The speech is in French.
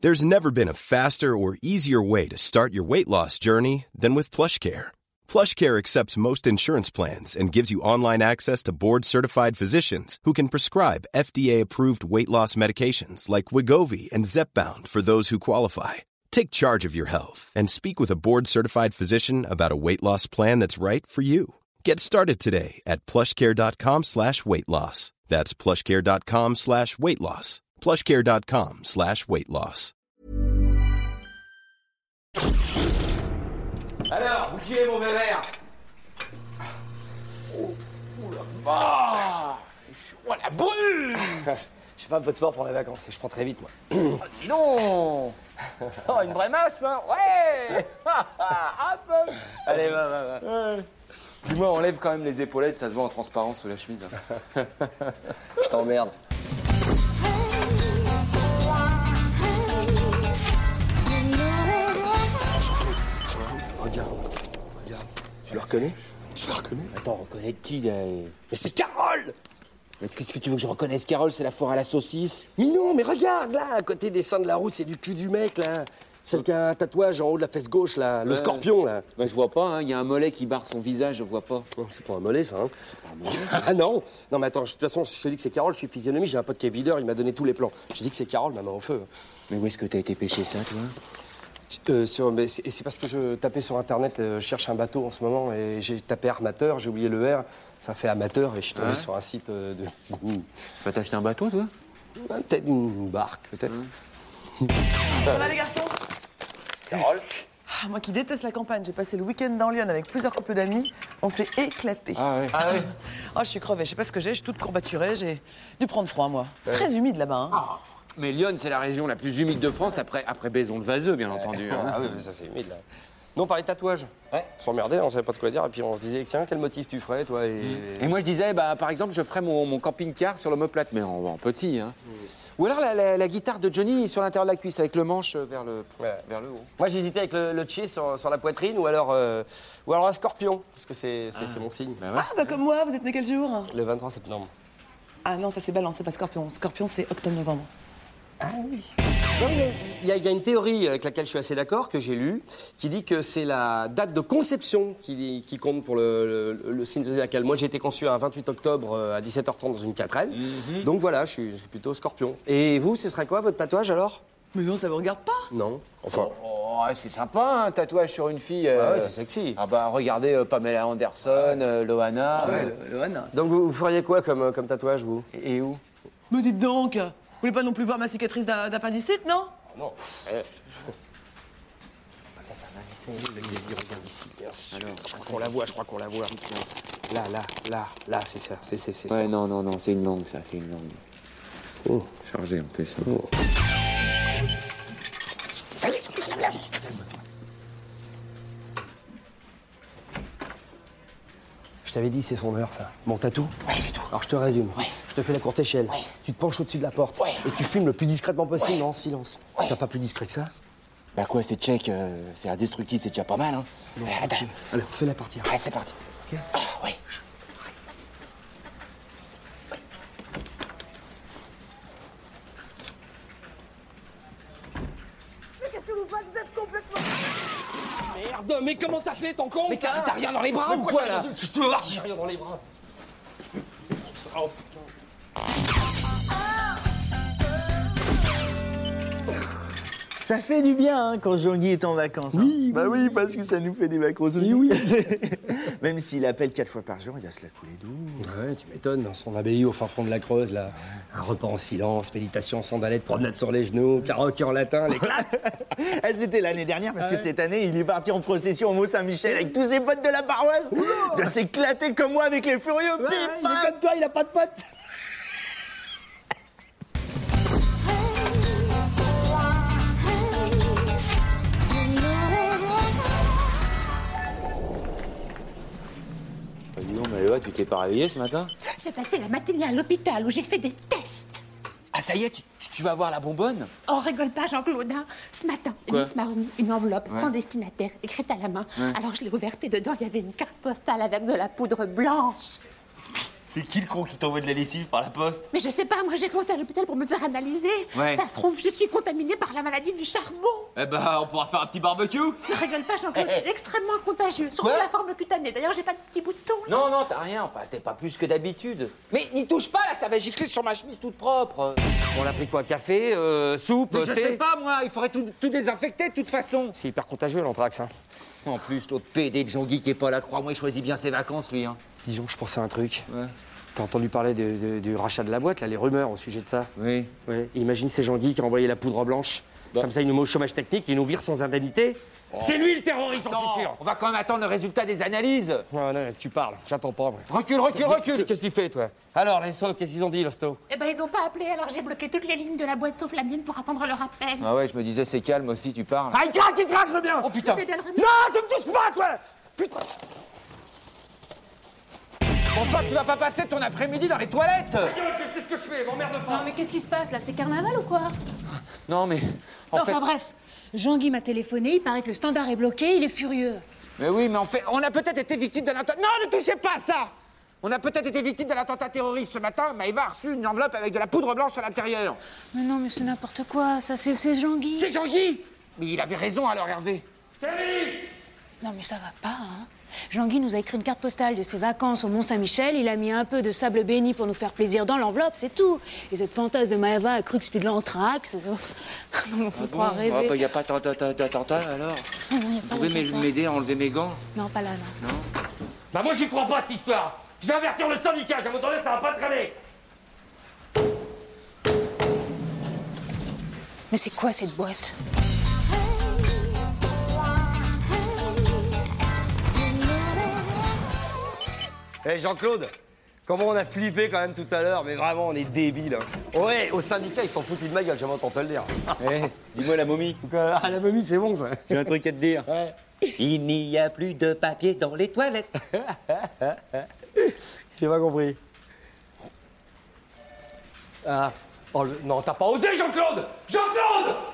There's never been a faster or easier way to start your weight loss journey than with PlushCare. PlushCare accepts most insurance plans and gives you online access to board-certified physicians who can prescribe FDA-approved weight loss medications like Wegovy and Zepbound for those who qualify. Take charge of your health and speak with a board-certified physician about a weight loss plan that's right for you. Get started today at plushcare.com/weight loss. That's plushcare.com/weight loss. plushcare.com/weight loss. Alors, où tu es, mon verre? Oh la vache! Oh la brûle! Je fais un peu de sport pour les vacances et je prends très vite, moi. Oh, dis donc! Oh, une vraie masse, hein? Ouais! Hop! Allez, va. Dis-moi, enlève quand même les épaulettes, ça se voit en transparence sous la chemise. Je t'emmerde. Regarde. Tu le reconnais? Tu la reconnais? Attends, reconnais qui, là? Mais c'est Carole! Mais qu'est-ce que tu veux que je reconnaisse, Carole? C'est la foire à la saucisse? Mais non, mais regarde, là, à côté des seins de la route, c'est du cul du mec, là. Celle qui a un tatouage en haut de la fesse gauche, là. Le scorpion, là. Bah, je vois pas, hein. Il y a un mollet qui barre son visage, je vois pas. Oh, c'est pas un mollet, ça, hein. C'est pas un mollet? Ah non! Non, mais attends, de toute façon, je te dis que c'est Carole, je suis physionomie, j'ai un pote qui est videur, il m'a donné tous les plans. Je te dis que c'est Carole, ma main au feu. Mais où est-ce que t'as été pêcher ça, toi? C'est parce que je tapais sur internet, je cherche un bateau en ce moment et j'ai tapé armateur, j'ai oublié le R, ça fait amateur et je suis tombé sur un site de. Tu vas t'acheter un bateau, toi? Peut-être une barque, peut-être. Ça va les garçons? Carole? Moi qui déteste la campagne, j'ai passé le week-end dans Lyon avec plusieurs couples d'amis, on s'est éclaté. Ah ouais? Ah oui? Je suis crevée, je sais pas ce que j'ai, je suis toute courbaturée, j'ai dû prendre froid moi. C'est très humide là-bas. Hein. Mais Lyon, c'est la région la plus humide de France, après Baison de Vaseux, bien entendu. Hein. Ah oui, mais ça c'est humide là. Nous on parlait tatouage. Ouais. On s'emmerdait, on savait pas de quoi dire et puis on se disait tiens quel motif tu ferais toi Et moi je disais par exemple je ferais mon camping-car sur l'omoplate, mais en petit. Hein. Ou alors la guitare de Johnny sur l'intérieur de la cuisse avec le manche vers le haut. Moi j'hésitais avec le tché sur la poitrine ou alors un scorpion parce que c'est mon signe. Bah ouais. Bah comme moi, vous êtes né quel jour? Le 23 septembre. Ah non, ça c'est Balance, c'est pas Scorpion. Scorpion c'est octobre-novembre. Ah oui. Il y a une théorie avec laquelle je suis assez d'accord, que j'ai lue, qui dit que c'est la date de conception qui compte pour le signe zodiacal. Moi, j'ai été conçu un 28 octobre à 17h30 dans une 4L. Donc voilà, je suis plutôt scorpion. Et vous, ce serait quoi votre tatouage alors? Mais non, ça vous regarde pas? Non. Enfin. Oh, c'est sympa, un tatouage sur une fille. Ah ouais, c'est sexy. Ah bah regardez Pamela Anderson, Loana. Ouais, Loana. Donc vous feriez quoi comme tatouage, vous? Et où? Mais dites donc, vous voulez pas non plus voir ma cicatrice d'appendicite, non? Non. Regarde ici, bien sûr. Alors, je crois qu'on la voit. Là, c'est ça, c'est ça. Ouais, non, c'est une langue, ça, c'est une langue. Oh. Chargé en plus. Hein. Oh. Je t'avais dit, c'est son heure, ça. Mon tatou? Ouais, c'est tout. Alors, je te résume. Ouais. Je te fais la courte échelle. Ouais. Tu te penches au-dessus de la porte. Ouais. Et tu filmes le plus discrètement possible, Ouais. en silence. Ouais. T'as pas plus discret que ça? Bah quoi, c'est check, c'est indestructible, c'est déjà pas mal, hein. Non, Attends. Allez, fais-la partir. Ouais, c'est parti. Ok. Ah, ouais. Merde, mais comment t'as fait, ton con? Mais t'as rien dans les bras ou quoi, là? Tu veux voir si j'ai rien dans les bras? Oh, Ça fait du bien hein, quand Jean-Guy est en vacances. Oui, bah oui, parce que ça nous fait des vacances aussi. Oui. Même s'il appelle 4 fois par jour, il va se la couler doux. Ouais, tu m'étonnes, dans son abbaye au fin fond de la Creuse, là. Un repas en silence, méditation, sandalette, promenade sur les genoux, karaoké en latin, l'éclate. C'était l'année dernière, parce que cette année, il est parti en procession au Mont-Saint-Michel avec tous ses potes de la paroisse. Il doit s'éclater comme moi avec les furieux. Ouais, il est comme toi, il a pas de potes. Non, mais Léa, tu t'es pas réveillée ce matin? J'ai passé la matinée à l'hôpital où j'ai fait des tests. Ah, ça y est, tu vas voir la bonbonne? Oh, rigole pas, Jean-Claude. Hein. Ce matin, Quoi? Lise m'a remis une enveloppe sans destinataire, écrite à la main. Alors je l'ai ouverte et dedans, il y avait une carte postale avec de la poudre blanche. C'est qui le con qui t'envoie de la lessive par la poste? Mais je sais pas, moi j'ai foncé à l'hôpital pour me faire analyser. Ouais. Ça se trouve, je suis contaminée par la maladie du charbon. Eh ben, on pourra faire un petit barbecue. Ne rigole pas, Jean-Claude, c'est extrêmement contagieux. Surtout Quoi la forme cutanée. D'ailleurs, j'ai pas de petits boutons. Non, non, t'as rien. Enfin, t'es pas plus que d'habitude. Mais n'y touche pas, là, ça va gicler sur ma chemise toute propre. On a pris quoi? Café, soupe, Mais je thé? sais pas, moi, il faudrait tout désinfecter de toute façon. C'est hyper contagieux l'anthrax, hein. En plus, l'autre PD de Jean-Guy qui est pas là, crois-moi, il choisit bien ses vacances, lui. Hein. Disons que je pensais à un truc. Ouais. T'as entendu parler du rachat de la boîte, là, les rumeurs au sujet de ça? Oui. Ouais. Imagine c'est Jean-Guy qui a envoyé la poudre blanche. Bah. Comme ça, il nous met au chômage technique, il nous vire sans indemnité. C'est lui le terroriste, j'en suis sûr. On va quand même attendre le résultat des analyses. Ouais, non, tu parles, j'attends pas. Moi. Recule, recule, recule. Qu'est-ce que tu fais, toi? Alors, les sauts, qu'est-ce qu'ils ont dit, l'hosto? Eh ben, ils ont pas appelé, alors j'ai bloqué toutes les lignes de la boîte sauf la mienne pour attendre leur appel. Ah ouais, je me disais, c'est calme aussi, tu parles. Ah, il craque, le bien! Oh putain. Je vais le remettre. Non, tu me touches pas, toi! Putain! Enfin, tu vas pas passer ton après-midi dans les toilettes. Je sais ce que je fais, m'emmerde pas! Non mais qu'est-ce qui se passe là? C'est carnaval ou quoi? Non, mais en fait... Enfin bref, Jean-Guy m'a téléphoné, il paraît que le standard est bloqué, il est furieux. Mais oui, mais en fait, on a peut-être été victime d'un attentat... Non, ne touchez pas à ça. On a peut-être été victime d'un attentat terroriste. Ce matin, Maëva a reçu une enveloppe avec de la poudre blanche à l'intérieur. Mais non, mais c'est n'importe quoi, ça c'est Jean-Guy. C'est Jean-Guy. Mais il avait raison alors, Hervé. Non mais ça va pas, hein. Jean-Guy nous a écrit une carte postale de ses vacances au Mont-Saint-Michel, il a mis un peu de sable béni pour nous faire plaisir dans l'enveloppe, c'est tout. Et cette fantasme de Maëva a cru que c'était de l'anthrax. Non, faut pas rêver. Il n'y a pas d'attentat alors? Non, y a Vous pas pouvez d'attentat. m'aider à enlever mes gants? Non, pas là, non. Bah moi, j'y crois pas, cette histoire! Je vais avertir le syndicat, j'ai entendu, ça va pas traîner! Mais c'est quoi cette boîte? Eh Jean-Claude, comment on a flippé quand même tout à l'heure, mais vraiment on est débiles. Hein. Ouais, au syndicat ils s'en foutent de ma gueule, j'aimerais t'en te le dire. Eh, dis-moi la momie. Ah la momie c'est bon ça. J'ai un truc à te dire. Ouais. Il n'y a plus de papier dans les toilettes. J'ai pas compris. Ah, oh, non t'as pas osé Jean-Claude! Jean-Claude!